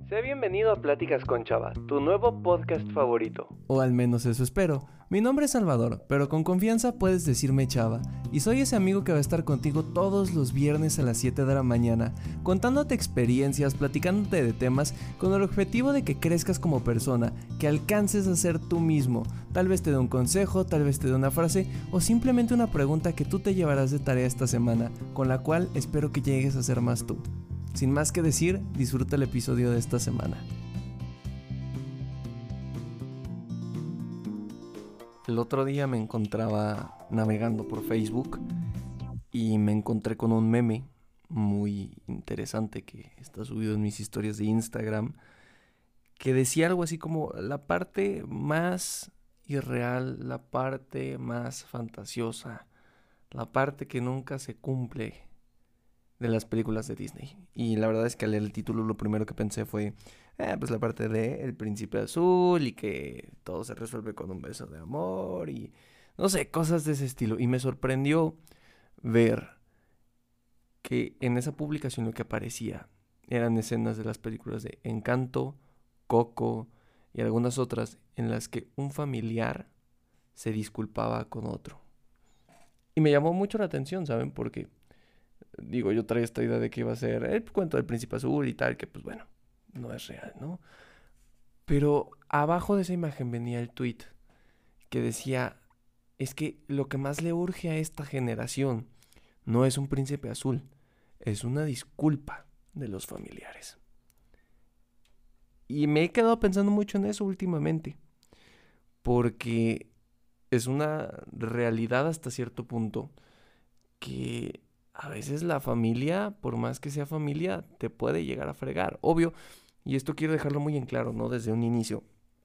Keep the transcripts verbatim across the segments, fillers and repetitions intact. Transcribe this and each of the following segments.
Sé bienvenido a Pláticas con Chava, tu nuevo podcast favorito. O al menos eso espero. Mi nombre es Salvador, pero con confianza puedes decirme Chava. Y soy ese amigo que va a estar contigo todos los viernes a las siete de la mañana, contándote experiencias, platicándote de temas, con el objetivo de que crezcas como persona, que alcances a ser tú mismo. Tal vez te dé un consejo, tal vez te dé una frase, o simplemente una pregunta que tú te llevarás de tarea esta semana, con la cual espero que llegues a ser más tú. Sin más que decir, disfruta el episodio de esta semana. El otro día me encontraba navegando por Facebook y me encontré con un meme muy interesante que está subido en mis historias de Instagram, que decía algo así como la parte más irreal, la parte más fantasiosa, la parte que nunca se cumple de las películas de Disney. Y la verdad es que al leer el título lo primero que pensé fue eh, pues la parte de El Príncipe Azul y que todo se resuelve con un beso de amor y no sé, cosas de ese estilo. Y me sorprendió ver que en esa publicación lo que aparecía eran escenas de las películas de Encanto, Coco y algunas otras en las que un familiar se disculpaba con otro. Y me llamó mucho la atención, ¿saben? Porque digo, yo traía esta idea de que iba a ser el cuento del Príncipe Azul y tal, que pues bueno, no es real, ¿no? Pero abajo de esa imagen venía el tweet que decía, es que lo que más le urge a esta generación no es un príncipe azul, es una disculpa de los familiares. Y me he quedado pensando mucho en eso últimamente, porque es una realidad hasta cierto punto que a veces la familia, por más que sea familia, te puede llegar a fregar. Obvio, y esto quiero dejarlo muy en claro, ¿no? Desde un inicio.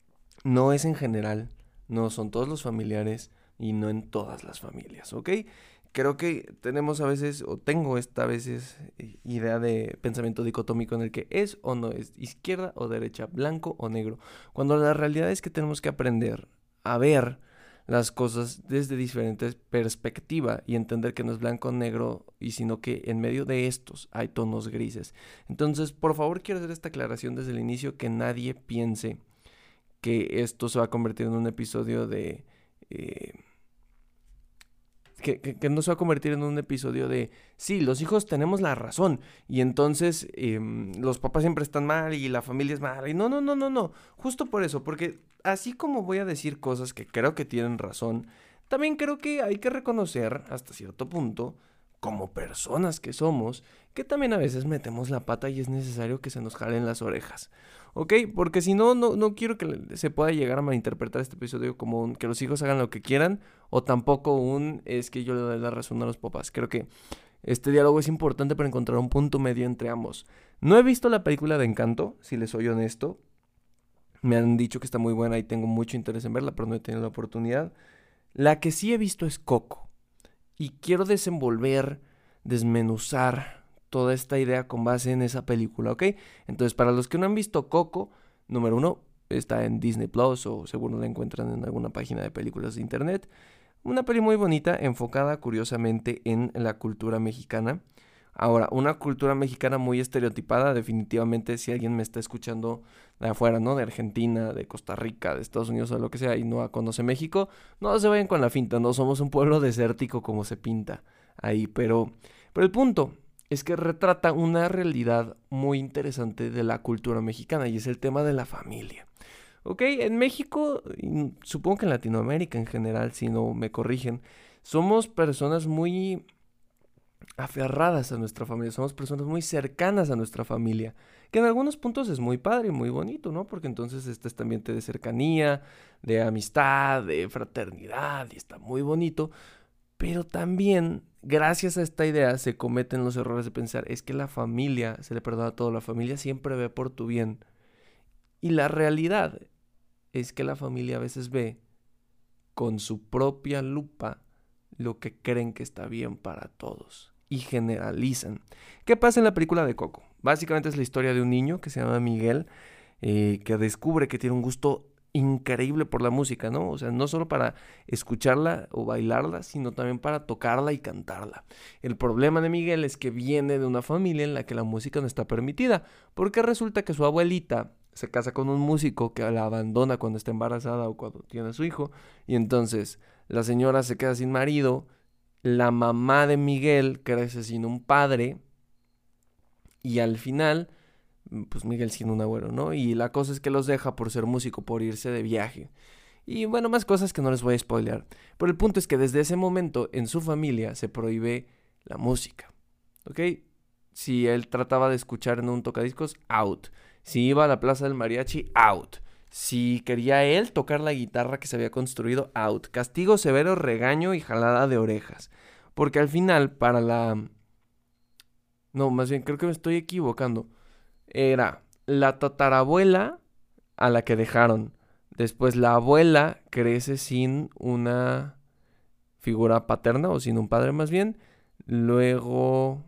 No es en general, no son todos los familiares y no en todas las familias, ¿ok? Creo que tenemos a veces, o tengo esta a veces, idea de pensamiento dicotómico en el que es o no es, izquierda o derecha, blanco o negro. Cuando la realidad es que tenemos que aprender a ver las cosas desde diferentes perspectivas y entender que no es blanco o negro y sino que en medio de estos hay tonos grises. Entonces, por favor, quiero hacer esta aclaración desde el inicio, que nadie piense que esto se va a convertir en un episodio de eh, que, que, que no se va a convertir en un episodio de sí, los hijos tenemos la razón y entonces eh, los papás siempre están mal y la familia es mala. Y no, no, no, no, no. Justo por eso, porque así como voy a decir cosas que creo que tienen razón, también creo que hay que reconocer hasta cierto punto, como personas que somos, que también a veces metemos la pata y es necesario que se nos jalen las orejas. ¿Ok? Porque si no, no, no quiero que se pueda llegar a malinterpretar este episodio como un, que los hijos hagan lo que quieran, o tampoco un es que yo le doy la razón a los papás. Creo que este diálogo es importante para encontrar un punto medio entre ambos. No he visto la película de Encanto, si les soy honesto. Me han dicho que está muy buena y tengo mucho interés en verla, pero no he tenido la oportunidad. La que sí he visto es Coco. Y quiero desenvolver, desmenuzar toda esta idea con base en esa película, ¿ok? Entonces, para los que no han visto Coco, número uno, está en Disney Plus o seguro la encuentran en alguna página de películas de internet. Una peli muy bonita, enfocada curiosamente en la cultura mexicana. Ahora, una cultura mexicana muy estereotipada, definitivamente, si alguien me está escuchando de afuera, ¿no? De Argentina, de Costa Rica, de Estados Unidos o lo que sea y no conoce México, no se vayan con la finta, no somos un pueblo desértico como se pinta ahí, pero, pero el punto es que retrata una realidad muy interesante de la cultura mexicana y es el tema de la familia. Ok, en México, y supongo que en Latinoamérica en general, si no me corrigen, somos personas muy aferradas a nuestra familia, somos personas muy cercanas a nuestra familia, que en algunos puntos es muy padre y muy bonito, ¿no? Porque entonces este, este ambiente de cercanía, de amistad, de fraternidad, y está muy bonito, pero también gracias a esta idea se cometen los errores de pensar, es que la familia, se le perdona todo, la familia siempre ve por tu bien, y la realidad es que la familia a veces ve con su propia lupa lo que creen que está bien para todos y generalizan. ¿Qué pasa en la película de Coco? Básicamente es la historia de un niño que se llama Miguel, eh, que descubre que tiene un gusto increíble por la música, ¿no? O sea, no solo para escucharla o bailarla, sino también para tocarla y cantarla. El problema de Miguel es que viene de una familia en la que la música no está permitida, porque resulta que su abuelita se casa con un músico que la abandona cuando está embarazada o cuando tiene a su hijo, y entonces la señora se queda sin marido, la mamá de Miguel crece sin un padre, y al final pues Miguel siendo un abuelo, ¿no? Y la cosa es que los deja por ser músico, por irse de viaje. Y bueno, más cosas que no les voy a spoilear. Pero el punto es que desde ese momento en su familia se prohíbe la música, ¿ok? Si él trataba de escuchar en un tocadiscos, out. Si iba a la plaza del mariachi, out. Si quería él tocar la guitarra que se había construido, out. Castigo severo, regaño y jalada de orejas. Porque al final, para la... No, más bien, creo que me estoy equivocando. Era la tatarabuela a la que dejaron. Después la abuela crece sin una figura paterna o sin un padre más bien. Luego...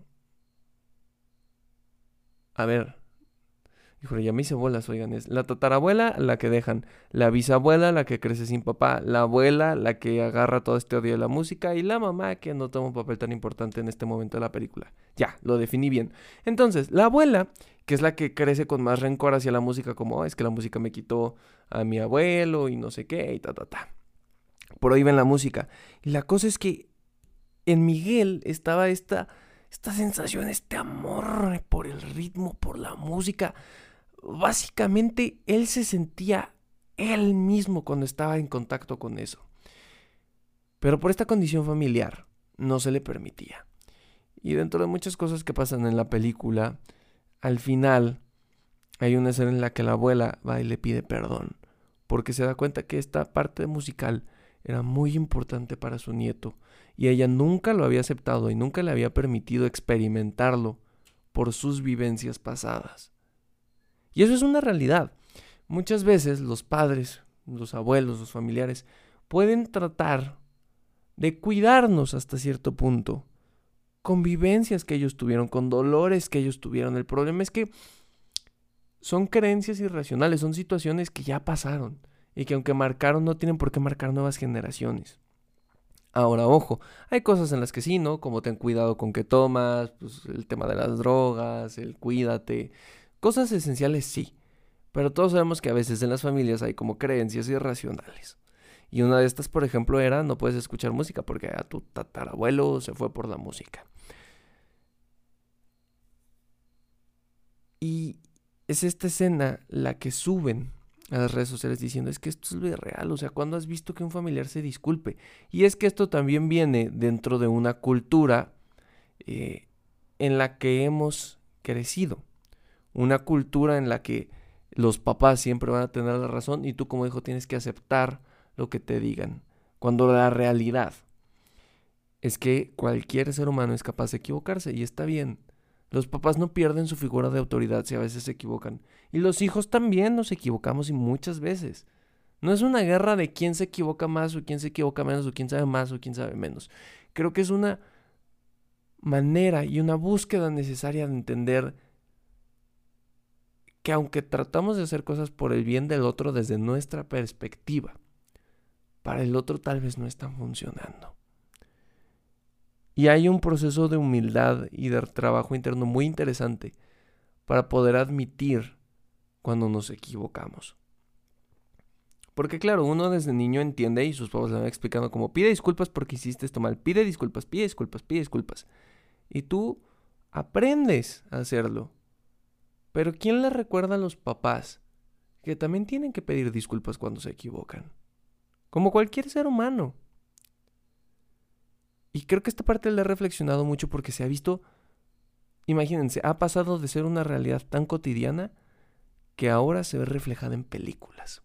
A ver. Híjole, ya me hice bolas, oigan. Es la tatarabuela la que dejan. La bisabuela la que crece sin papá. La abuela la que agarra todo este odio de la música. Y la mamá que no toma un papel tan importante en este momento de la película. Ya, lo definí bien. Entonces, la abuela, que es la que crece con más rencor hacia la música, como oh, es que la música me quitó a mi abuelo y no sé qué, y ta, ta, ta. Prohíben la música. Y la cosa es que en Miguel estaba esta, esta sensación, este amor por el ritmo, por la música. Básicamente, él se sentía él mismo cuando estaba en contacto con eso. Pero por esta condición familiar, no se le permitía. Y dentro de muchas cosas que pasan en la película, al final hay una escena en la que la abuela va y le pide perdón, porque se da cuenta que esta parte musical era muy importante para su nieto, y ella nunca lo había aceptado y nunca le había permitido experimentarlo por sus vivencias pasadas. Y eso es una realidad. Muchas veces los padres, los abuelos, los familiares, pueden tratar de cuidarnos hasta cierto punto, con vivencias que ellos tuvieron, con dolores que ellos tuvieron. El problema es que son creencias irracionales, son situaciones que ya pasaron y que aunque marcaron no tienen por qué marcar nuevas generaciones. Ahora, ojo, hay cosas en las que sí, ¿no? Como ten cuidado con qué tomas, pues el tema de las drogas, el cuídate, cosas esenciales sí, pero todos sabemos que a veces en las familias hay como creencias irracionales. Y una de estas, por ejemplo, era no puedes escuchar música porque a tu tatarabuelo se fue por la música. Y es esta escena la que suben a las redes sociales diciendo es que esto es lo irreal, o sea, ¿cuándo has visto que un familiar se disculpe? Y es que esto también viene dentro de una cultura eh, en la que hemos crecido, una cultura en la que los papás siempre van a tener la razón y tú como hijo tienes que aceptar lo que te digan, cuando la realidad es que cualquier ser humano es capaz de equivocarse y está bien. Los papás no pierden su figura de autoridad si a veces se equivocan. Y los hijos también nos equivocamos y muchas veces. No es una guerra de quién se equivoca más o quién se equivoca menos o quién sabe más o quién sabe menos. Creo que es una manera y una búsqueda necesaria de entender que aunque tratamos de hacer cosas por el bien del otro desde nuestra perspectiva, para el otro tal vez no están funcionando. Y hay un proceso de humildad y de trabajo interno muy interesante para poder admitir cuando nos equivocamos. Porque claro, uno desde niño entiende y sus papás le van explicando como pide disculpas porque hiciste esto mal, pide disculpas, pide disculpas, pide disculpas. Y tú aprendes a hacerlo. Pero ¿quién le recuerda a los papás que también tienen que pedir disculpas cuando se equivocan? Como cualquier ser humano. Y creo que esta parte la he reflexionado mucho porque se ha visto, imagínense, ha pasado de ser una realidad tan cotidiana que ahora se ve reflejada en películas.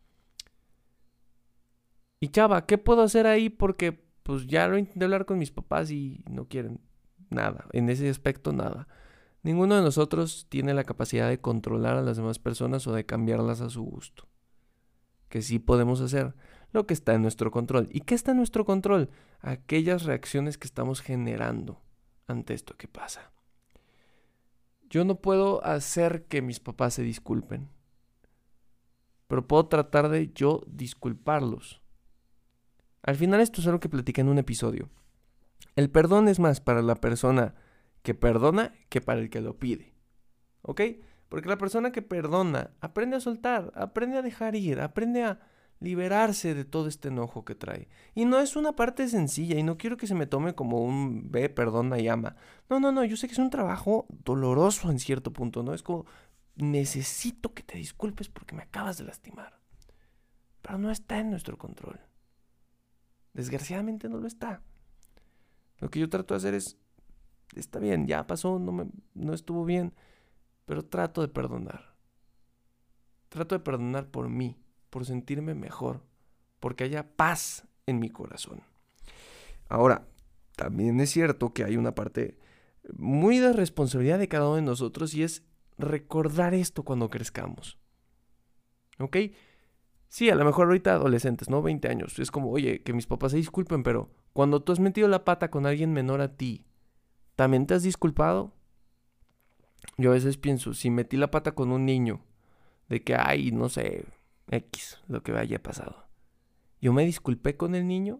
Y chava, ¿qué puedo hacer ahí? Porque pues ya lo intenté hablar con mis papás y no quieren nada, en ese aspecto nada. Ninguno de nosotros tiene la capacidad de controlar a las demás personas o de cambiarlas a su gusto. Que sí podemos hacer lo que está en nuestro control. ¿Y qué está en nuestro control? Aquellas reacciones que estamos generando ante esto que pasa. Yo no puedo hacer que mis papás se disculpen. pero puedo tratar de yo disculparlos. Al final esto es algo que platiqué en un episodio. El perdón es más para la persona que perdona que para el que lo pide. ¿Ok? Porque la persona que perdona aprende a soltar, aprende a dejar ir, aprende a liberarse de todo este enojo que trae. Y no es una parte sencilla y no quiero que se me tome como un ve, perdona y ama. No, no, no, yo sé que es un trabajo doloroso en cierto punto, ¿no? Es como, necesito que te disculpes porque me acabas de lastimar. Pero no está en nuestro control. Desgraciadamente no lo está. Lo que yo trato de hacer es, está bien, ya pasó, no, me, no estuvo bien, pero trato de perdonar. Trato de perdonar por mí, por sentirme mejor, porque haya paz en mi corazón. Ahora, también es cierto que hay una parte muy de responsabilidad de cada uno de nosotros y es recordar esto cuando crezcamos. ¿Ok? Sí, a lo mejor ahorita adolescentes, ¿no? veinte años. Es como, oye, que mis papás se disculpen, pero cuando tú has metido la pata con alguien menor a ti, ¿también te has disculpado? Yo a veces pienso, si metí la pata con un niño, de que, ay, no sé, X, lo que haya pasado. ¿Yo me disculpé con el niño?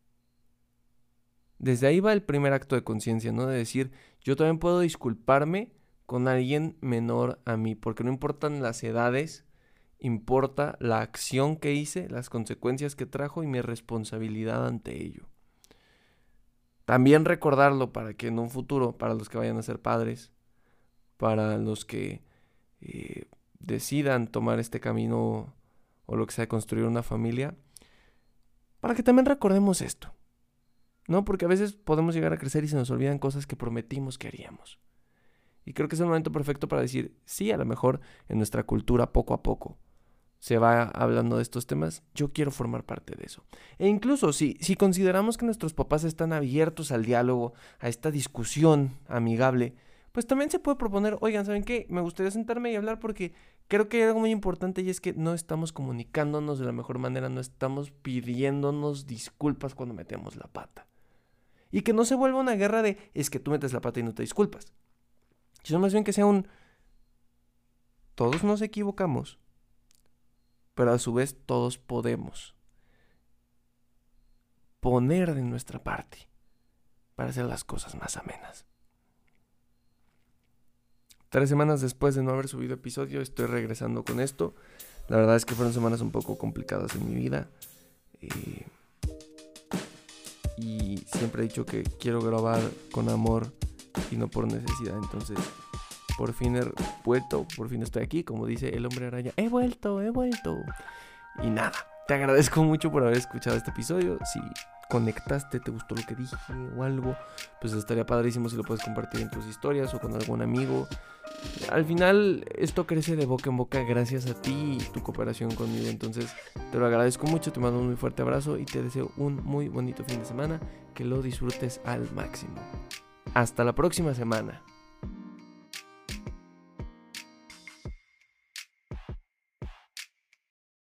Desde ahí va el primer acto de conciencia, ¿no? De decir, yo también puedo disculparme con alguien menor a mí, porque no importan las edades, importa la acción que hice, las consecuencias que trajo y mi responsabilidad ante ello. También recordarlo para que en un futuro, para los que vayan a ser padres, para los que eh, decidan tomar este camino o lo que sea, construir una familia, para que también recordemos esto, ¿no? Porque a veces podemos llegar a crecer y se nos olvidan cosas que prometimos que haríamos. Y creo que es el momento perfecto para decir, sí, a lo mejor en nuestra cultura poco a poco se va hablando de estos temas, yo quiero formar parte de eso. E incluso si, si consideramos que nuestros papás están abiertos al diálogo, a esta discusión amigable, pues también se puede proponer, oigan, ¿saben qué? Me gustaría sentarme y hablar porque creo que hay algo muy importante y es que no estamos comunicándonos de la mejor manera, no estamos pidiéndonos disculpas cuando metemos la pata. Y que no se vuelva una guerra de, es que tú metes la pata y no te disculpas. Sino más bien que sea un, todos nos equivocamos, pero a su vez todos podemos poner de nuestra parte para hacer las cosas más amenas. Tres semanas después de no haber subido episodio, estoy regresando con esto. La verdad es que fueron semanas un poco complicadas en mi vida. Eh, y siempre he dicho que quiero grabar con amor y no por necesidad. Entonces, por fin he vuelto, por fin estoy aquí. Como dice el hombre araña, he vuelto, he vuelto. Y nada, te agradezco mucho por haber escuchado este episodio. Si conectaste, te gustó lo que dije o algo, pues estaría padrísimo si lo puedes compartir en tus historias o con algún amigo. Al final esto crece de boca en boca gracias a ti y tu cooperación conmigo. Entonces te lo agradezco mucho, te mando un muy fuerte abrazo y te deseo un muy bonito fin de semana, que lo disfrutes al máximo. Hasta la próxima semana.